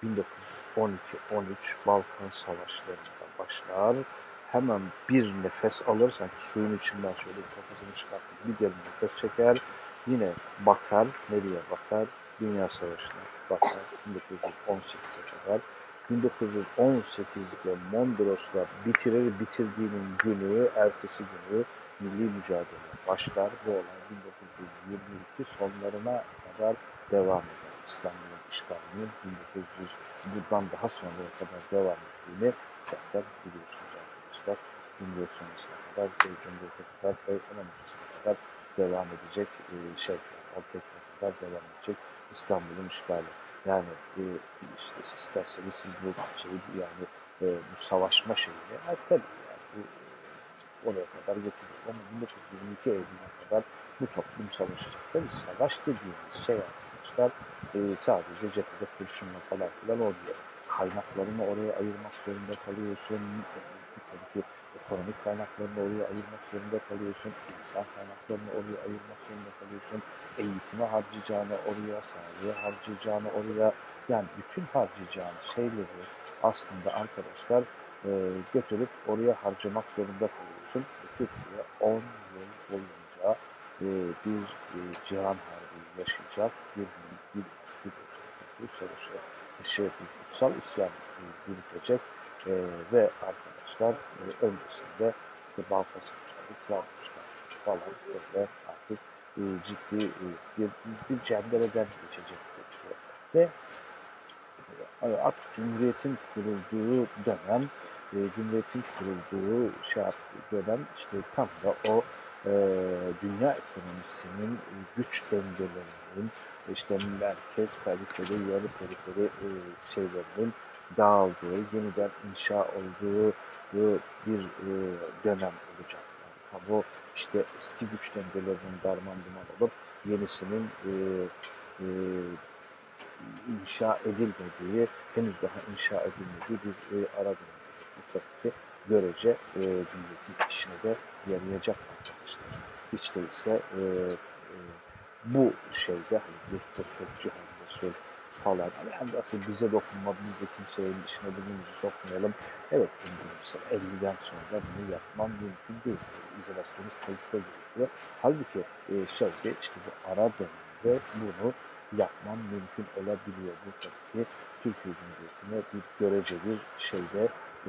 Speaker 1: bin dokuz yüz on iki on üç Balkan Savaşları'nda başlar. Hemen bir nefes alır, sanki suyun içinden şöyle bir kafasını çıkartıp bir derin nefes çeker. Yine batar. Nereye batar? Dünya Savaşı'na batar. bin dokuz yüz on sekize kadar. bin dokuz yüz on sekizde Mondros'la bitirir. Bitirdiğinin günü, ertesi günü milli mücadele başlar. Bu olay bin dokuz yüz yirmi iki sonlarına kadar devam eder. İstanbul'un işgalinin bin dokuz yüz buradan daha sonraya kadar devam ettiğini zaten biliyorsunuz arkadaşlar. Cumhuriyet sonrasına kadar, e, Cumhuriyet'e kadar ve onun öncesine kadar devam edecek e, şey, Altıoklu'na kadar devam edecek İstanbul'un işgali. Yani e, işte isterseniz siz bu şeyi, yani e, bu savaşma şeyini, ha, tabii yani bu oraya kadar getiriyor. Ama bin dokuz yüz yirmi iki Eylül'e kadar bu toplum savaşacak. Tabii savaş dediğimiz şey arkadaşlar e, sadece cephede kurşunla falan filan olmuyor. Kaynaklarını oraya ayırmak zorunda kalıyorsun. E, tabii ki ekonomik kaynaklarını oraya ayırmak zorunda kalıyorsun. İnsan kaynaklarını oraya ayırmak zorunda kalıyorsun. Eğitime harcayacağını oraya, sağlığa harcayacağını oraya. Yani bütün harcayacağın şeyleri aslında arkadaşlar e, götürüp oraya harcamak zorunda kalıyorsun. Türkiye on yıl boyunca e, bir e, cihan harbi yaşayacak, bir bir bir, bir savaşı, şey, bir kutsal isyan e, yürütecek e, ve arkadaşlar e, öncesinde işte Balkan Savaşları, Trablusgar falan böyle artık e, ciddi e, bir, bir, bir cendereden geçecek Türkiye. Ve artık Cumhuriyet'in kurulduğu dönem, e, Cumhuriyet'in kurulduğu şey yaptığı dönem işte tam da o e, dünya ekonomisinin e, güç dengelerinin, işte merkez, periferi, yarı periferi e, şeylerinin dağıldığı, yeniden inşa olduğu e, bir e, dönem olacak. Yani tam o işte eski güç dengelerinin darman duman olup yenisinin e, e, inşa edilmediği, henüz daha inşa edilmediği bir e, ara dönem. Bu tabii ki görece e, Cumhuriyet'in işine de yarayacak arkadaşlar. Hiç değilse e, e, bu şeyde hani yurtta sul, cihanda sul falan. Yani aslında bize dokunma, biz de kimsenin işine burnumuzu sokmayalım. Evet, mesela elliden sonra bunu yapmam mümkün değil. İzolasyonist politika gerekiyor. Halbuki e, şeyde işte bu ara dönemde bunu yapmam mümkün olabiliyor. Bu tabii ki Türkiye Cumhuriyeti'ne bir görece bir şeyde e,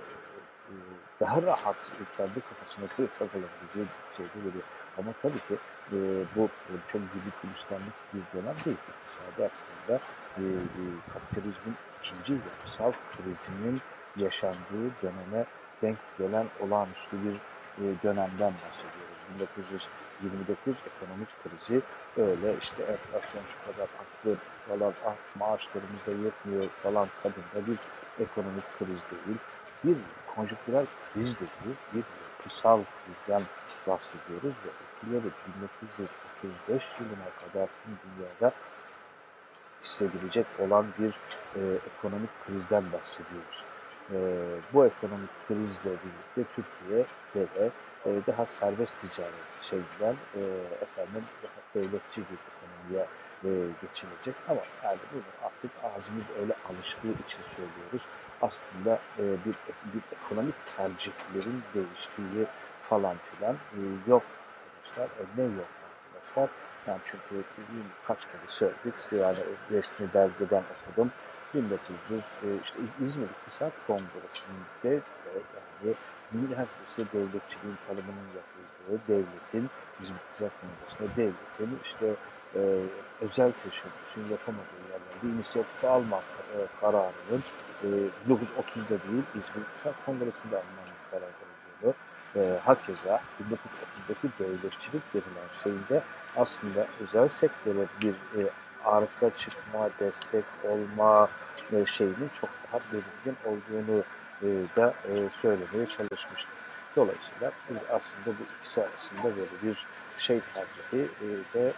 Speaker 1: e, daha rahat kendi kafasına göre takılabileceği bir şey de veriyor. Ama tabii ki e, bu e, çok güllük gülistanlık bir dönem değil. İktisadi açısından e, e, kapitalizmin ikinci yapısal krizinin yaşandığı döneme denk gelen olağanüstü bir e, dönemden bahsediyoruz. bin dokuz yüz yirmi dokuz ekonomik krizi öyle işte enflasyon şu kadar arttı falan, ah, maaşlarımız da yetmiyor falan tadında bir ekonomik kriz değil. Bir konjonktürel kriz değil, bir yapısal krizden bahsediyoruz ve etkileri bin dokuz yüz otuz beş yılına kadar tüm dünyada hissedilecek olan bir e, ekonomik krizden bahsediyoruz. E, bu ekonomik krizle birlikte Türkiye'de de e, daha serbest ticaret şeyinden e, efendim daha devletçi bir ekonomiye e, geçilecek ama yani bunu artık ağzımız öyle alıştığı için söylüyoruz. Aslında e, bir, bir ekonomik tercihlerin değiştiği falan filan e, yok arkadaşlar. E, ne yok arkadaşlar? Yani çünkü kaç kere söyledik, yani resmi belgeden okudum. bin dokuz yüz e, işte İzmir İktisat Kongresi'nde e, yani neredeyse devletçiliğin tanımının yapıldığı devletin, İzmir İktisat Kongresi'nde devletin işte e, özel teşebbüsün yapamadığı yerlerde inisiyatif alma e, kararının e, bin dokuz yüz otuzda değil İzmir İktisat Kongresi'nde alınan bir karar olduğunu, e, hakeza bin dokuz yüz otuzdaki devletçilik denilen şeyinde aslında özel sektöre bir e, arka çıkma, destek olma e, şeyinin çok daha belirgin olduğunu e, da e, söylemeye çalışmıştım. Dolayısıyla biz aslında bu ikisi arasında böyle bir şey tercihi e, de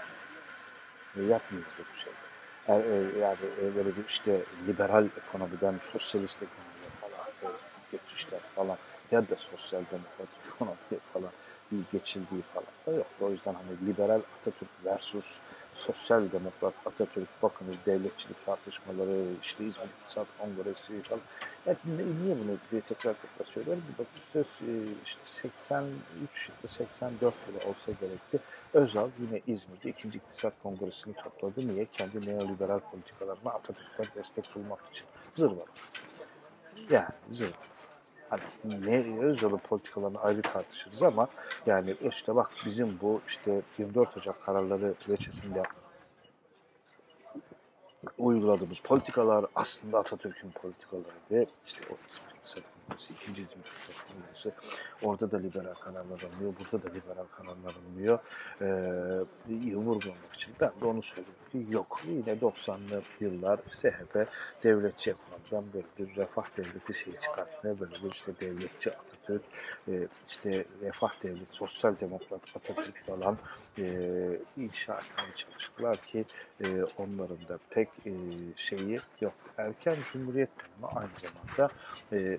Speaker 1: e, yapmıyoruz bu şey. Yani, e, yani e, böyle bir işte liberal ekonomiden sosyalist ekonomiye falan böyle geçişler falan ya da sosyal demokrat ekonomiye falan bir geçildiği falan da yok. O yüzden hani liberal Atatürk versus sosyal demokrat, Atatürk, bakınız devletçilik tartışmaları, işte İzmir İktisat Kongresi falan. Ya niye bunu diye tekrar tekrar söylüyorum? bin dokuz yüz işte seksen üç ya da seksen dört yılı olsa gerekti. Özal yine İzmir'de ikinci İktisat Kongresi'ni topladı. Niye? Kendi neoliberal politikalarına Atatürk'ten destek bulmak için. Zırvalık. Yani zırvalık. Hani ne Özal'ın politikalarını ayrı tartışırız ama yani işte bak bizim bu işte yirmi dört Ocak kararları reçesinde uyguladığımız politikalar aslında Atatürk'ün politikalarıydı. İşte o İzmir İktisat Kongresi, ikinci İzmir İktisat Kongresi. Orada da liberal kararlar alınıyor, burada da liberal kararlar alınıyor. Ee, iyi vurgulamak için ben de onu söylüyorum ki yok. Yine doksanlı yıllar S H P devletçi ekonomiden böyle bir refah devleti şeyi çıkartmaya, böyle bir işte devletçi Atatürk, e, işte refah devleti, sosyal demokrat Atatürk falan e, inşa etmeye çalıştılar ki e, onların da pek e, şeyi yok. Erken Cumhuriyet dönemi aynı zamanda e,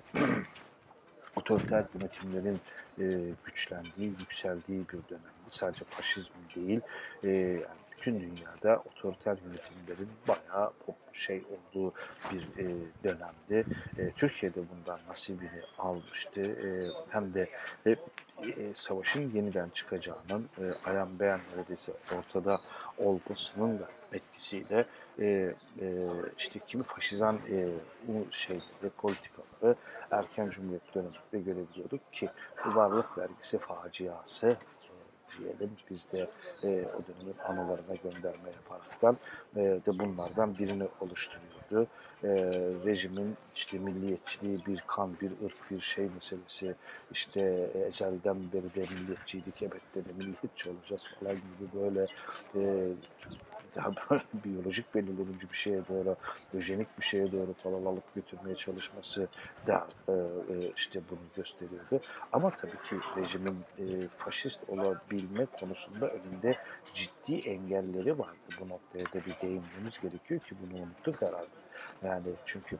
Speaker 1: otoriter yönetimlerin e, güçlendiği, yükseldiği bir dönemdi. Sadece faşizm değil, e, yani bütün dünyada otoriter yönetimlerin bayağı pop şey olduğu bir e, dönemdi. E, Türkiye'de bundan nasibini almıştı. E, hem de e, e, savaşın yeniden çıkacağının e, ayan beyan neredeyse ortada olmasının da etkisiyle e, e, işte kimi faşizan e, bu şeyleri, politikaları erken Cumhuriyet döneminde görebiliyorduk ki bu varlık vergisi faciası e, diyelim biz de e, o dönemin anılarına gönderme yaparaktan e, de bunlardan birini oluşturuyordu. E, rejimin işte milliyetçiliği bir kan, bir ırk, bir şey meselesi işte e, ezelden beri de milliyetçiydik, ebette de milliyetçi olacağız falan gibi böyle e, daha böyle biyolojik belirleyici bir şeye doğru, öjenik bir şeye doğru falan alıp götürmeye çalışması da e, e, işte bunu gösteriyordu. Ama tabii ki rejimin e, faşist olabilme konusunda önünde ciddi engelleri vardı. Bu noktaya da bir değinmemiz gerekiyor ki bunu unuttuk herhalde. Yani çünkü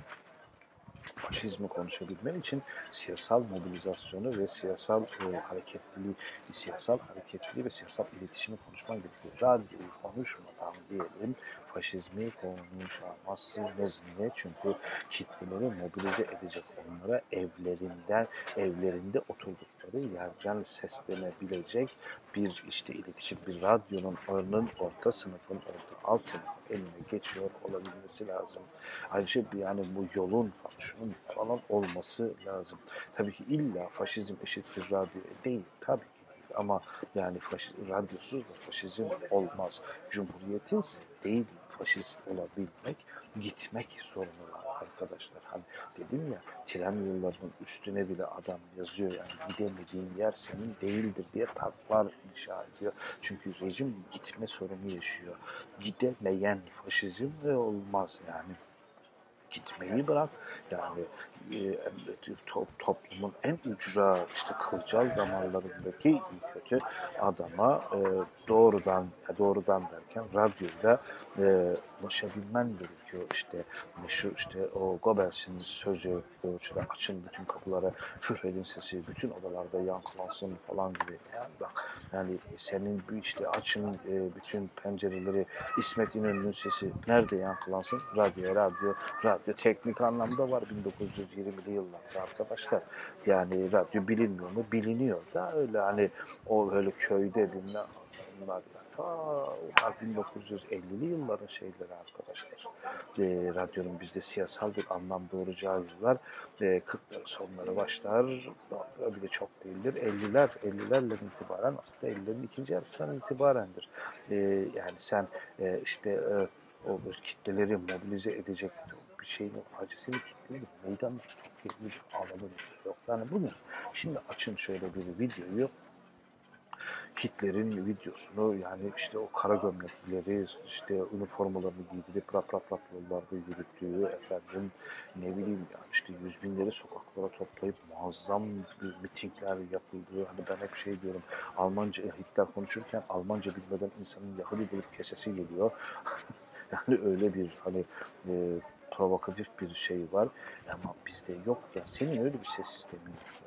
Speaker 1: faşizmi konuşabilmen için siyasal mobilizasyonu ve siyasal e, hareketliliği, siyasal hareketliliği ve siyasal iletişimi konuşman gerekiyor. Radyoyu konuşmadan diyelim faşizmi konuşamazsınız. Niye? Çünkü kitleleri mobilize edecek, onlara evlerinden, evlerinde oturdukları yerden seslenebilecek bir işte iletişim, bir radyonun örneğin orta sınıfın, orta alt sınıfın eline geçiyor olabilmesi lazım. Ayrıca bir yani bu yolun, şunun falan olması lazım. Tabii ki illa faşizm eşittir radyo değil. Tabii ki değil. Ama yani faşi, radyosuz da faşizm olmaz. Cumhuriyetin değil faşist olabilmek, gitmek sorunu var arkadaşlar. Hani dedim ya tren yollarının üstüne bile adam yazıyor yani gidemediğin yer senin değildir diye parklar inşa ediyor. Çünkü rejim gitme sorunu yaşıyor. Gidemeyen faşizm de olmaz yani gitmeyi bırak yani e, to, toplumun en ücra işte kılcal damarlarındaki kötü adama e, doğrudan doğrudan derken radyoyla e, ulaşabilmen gerekiyor işte meşhur işte o Goebbels'in sözü işte açın bütün kapıları Führer'in sesi bütün odalarda yankılansın falan gibi yani bak yani senin bir işte açın e, bütün pencereleri İsmet İnönü'nün sesi nerede yankılansın? Radyo, radyo, radyo teknik anlamda var bin dokuz yüz yirmili yıllarda arkadaşlar. Yani radyo bilinmiyor mu? Biliniyor da öyle hani o öyle köyde bilmem onlar ya. Ta onlar bin dokuz yüz ellili yılların şeyleri arkadaşlar. E, radyonun bizde siyasal bir anlam doğuracağı yıllar e, kırkların sonları başlar. Bile çok değildir. elliler, ellilerle itibaren aslında ellilerin ikinci yarısından itibarendir. E, yani sen e, işte e, o kitleleri mobilize edecek bir şeyin acısını kitleleri meydan tutacak alanı yok. Yani bugün şimdi açın şöyle bir videoyu Hitler'in videosunu yani işte o kara gömleklileri işte üniformalarını giydirip rap rap rap yollarda yürüttüğü efendim ne bileyim yani işte yüz binleri sokaklara toplayıp muazzam bir mitingler yapıldığı hani ben hep şey diyorum Almanca Hitler konuşurken Almanca bilmeden insanın Yahudi bulup kesesi geliyor. Yani öyle bir hani e, provokatif bir şey var ama bizde yok ya senin öyle bir ses sistemin yok.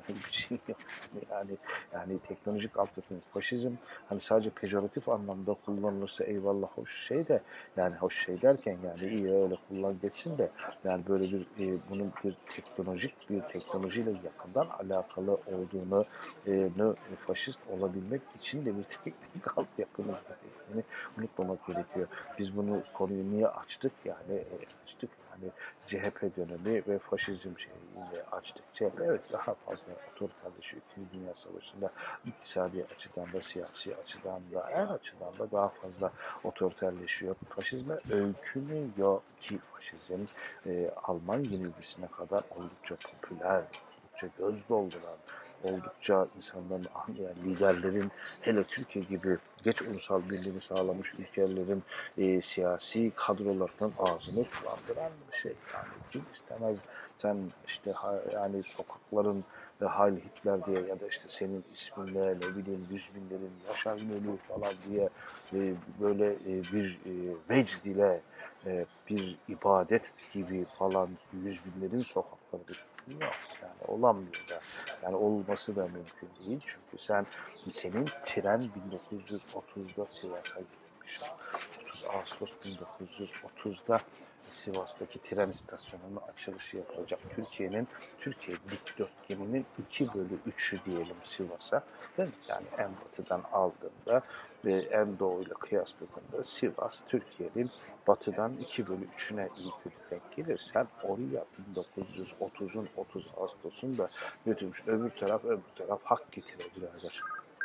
Speaker 1: bir şey yok. Yani yani teknolojik altyapı, faşizm hani sadece pejoratif anlamda kullanılırsa eyvallah hoş şey de yani hoş şey derken yani iyi öyle kullan geçsin de yani böyle bir e, bunun bir teknolojik bir teknolojiyle yakından alakalı olduğunu e, ne, e, faşist olabilmek için de bir teknik altyapının gerektiğini unutmamak gerekiyor. Biz bunu konuyu niye açtık? Yani e, açtık yani C H P dönemi ve faşizm şeyiyle açtık. C H P evet daha fazla otoriterleşiyor. İkinci Dünya Savaşı'nda iktisadi açıdan da siyasi açıdan da her açıdan da daha fazla otoriterleşiyor. Faşizme öykünüyor ki faşizm e, Alman yenilgisine kadar oldukça popüler, oldukça göz dolduran, oldukça insanların, yani liderlerin, hele Türkiye gibi geç ulusal birliğini sağlamış ülkelerin e, siyasi kadrolarının ağzını sulandıran bir şey. Yani kim istemez sen işte ha, yani sokakların e, Heil Hitler diye ya da işte senin isminle ne bileyim yüz binlerin Yaşar İnönü falan diye e, böyle e, bir e, vecd ile e, bir ibadet gibi falan yüz binlerin sokakları yok. Yani olamıyor da. Yani olması da mümkün değil. Çünkü sen senin tren bin dokuz yüz otuzda Sivas'a gitmiş. otuz Ağustos bin dokuz yüz otuzda Sivas'taki tren istasyonunun açılışı yapılacak. Türkiye'nin Türkiye dikdörtgeninin iki bölü üçü diyelim Sivas'a. Değil mi? Yani en batıdan aldığında ve en doğuyla kıyasladığında Sivas Türkiye'nin batıdan iki bölü üçüne iyi kötü denk gelir. Sen oraya bin dokuz yüz otuzun otuz Ağustos'unda götürmüş. Öbür taraf öbür taraf hak getire birader.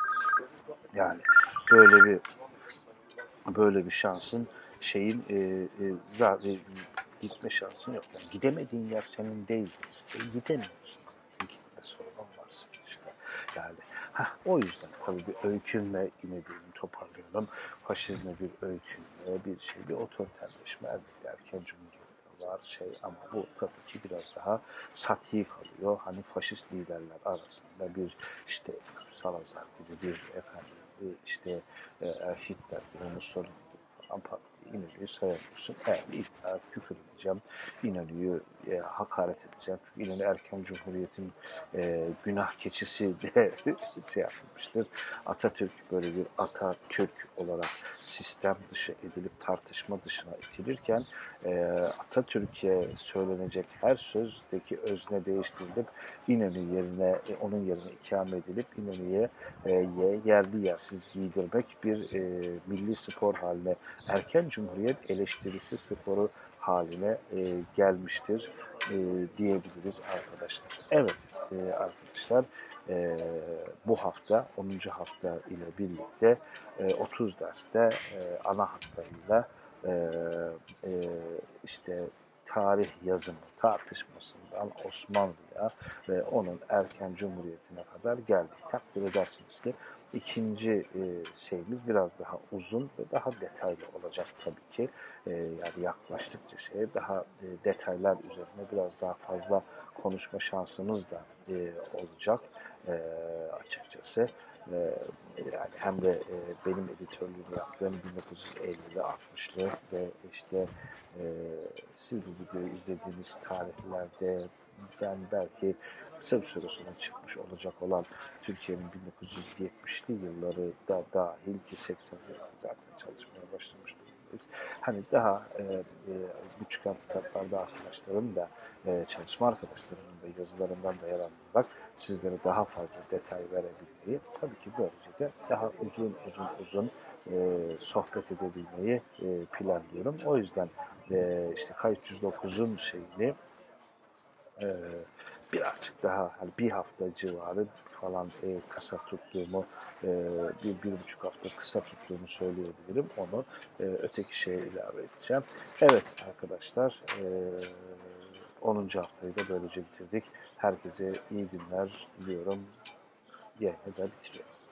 Speaker 1: Yani böyle bir böyle bir şansın şeyin e, e, zaten gitme şansın yok. Yani gidemediğin yer senin değil. İşte gidemiyorsun. Gitme sorunun varsın işte. Yani heh, o yüzden tabii bir öykünme yine bir toparlayalım. Faşizme bir öykünme, bir şey, bir otoriterleşme elbette erken cumhuriyette var şey ama bu tabii ki biraz daha sathi kalıyor. Hani faşist liderler arasında bir işte Salazar gibi bir efendim işte e, Hitler gibi Mussolini gibi falan pat diye İnönü'yü sayamıyorsun. Eğer illa küfür edeceğim, İnönü'yü e, hakaret edeceğim. Çünkü İnönü erken cumhuriyetin e, günah keçisi de şey yapılmıştır. Atatürk böyle bir Atatürk olarak sistem dışı edilip tartışma dışına itilirken e, Atatürk'e söylenecek her sözdeki özne değiştirilip İnönü yerine e, onun yerine ikame edilip İnönü'ye e, yerli yersiz giydirmek bir e, milli spor haline, erken cumhuriyet eleştirisi sporu haline e, gelmiştir e, diyebiliriz arkadaşlar. Evet e, arkadaşlar e, bu hafta onuncu hafta ile birlikte e, otuz derste e, ana hatlarıyla e, e, işte tarih yazımı tartışmasından Osmanlı'ya ve onun erken cumhuriyetine kadar geldik. Takdir edersiniz ki ikinci e, şeyimiz biraz daha uzun ve daha detaylı olacak tabii ki. E, yani yaklaştıkça şeye daha e, detaylar üzerine biraz daha fazla konuşma şansımız da e, olacak e, açıkçası. E, yani hem de e, benim editörlüğünü yaptığım bin dokuz yüz ellili altmışlı ve işte e, siz bu videoyu izlediğiniz tarihlerde ben belki kısa bir süre sonra çıkmış olacak olan Türkiye'nin bin dokuz yüz yetmişli yılları da dahil ki seksenlerde zaten çalışmaya başlamış durumdayız. Hani daha e, e, bu çıkan kitaplarda arkadaşlarım da e, çalışma arkadaşlarımın da yazılarından da yararlanarak sizlere daha fazla detay verebilmeyi, tabii ki böylece de daha uzun uzun uzun e, sohbet edebilmeyi e, planlıyorum. O yüzden e, işte K üç yüz dokuzun şeyini e, birazcık daha hani bir hafta civarı falan e, kısa tuttuğumu, e, bir, bir buçuk hafta kısa tuttuğumu söyleyebilirim. Onu e, öteki şeye ilave edeceğim. Evet arkadaşlar, e, onuncu haftayı da böylece bitirdik. Herkese iyi günler diliyorum. Yayını da bitiriyorum.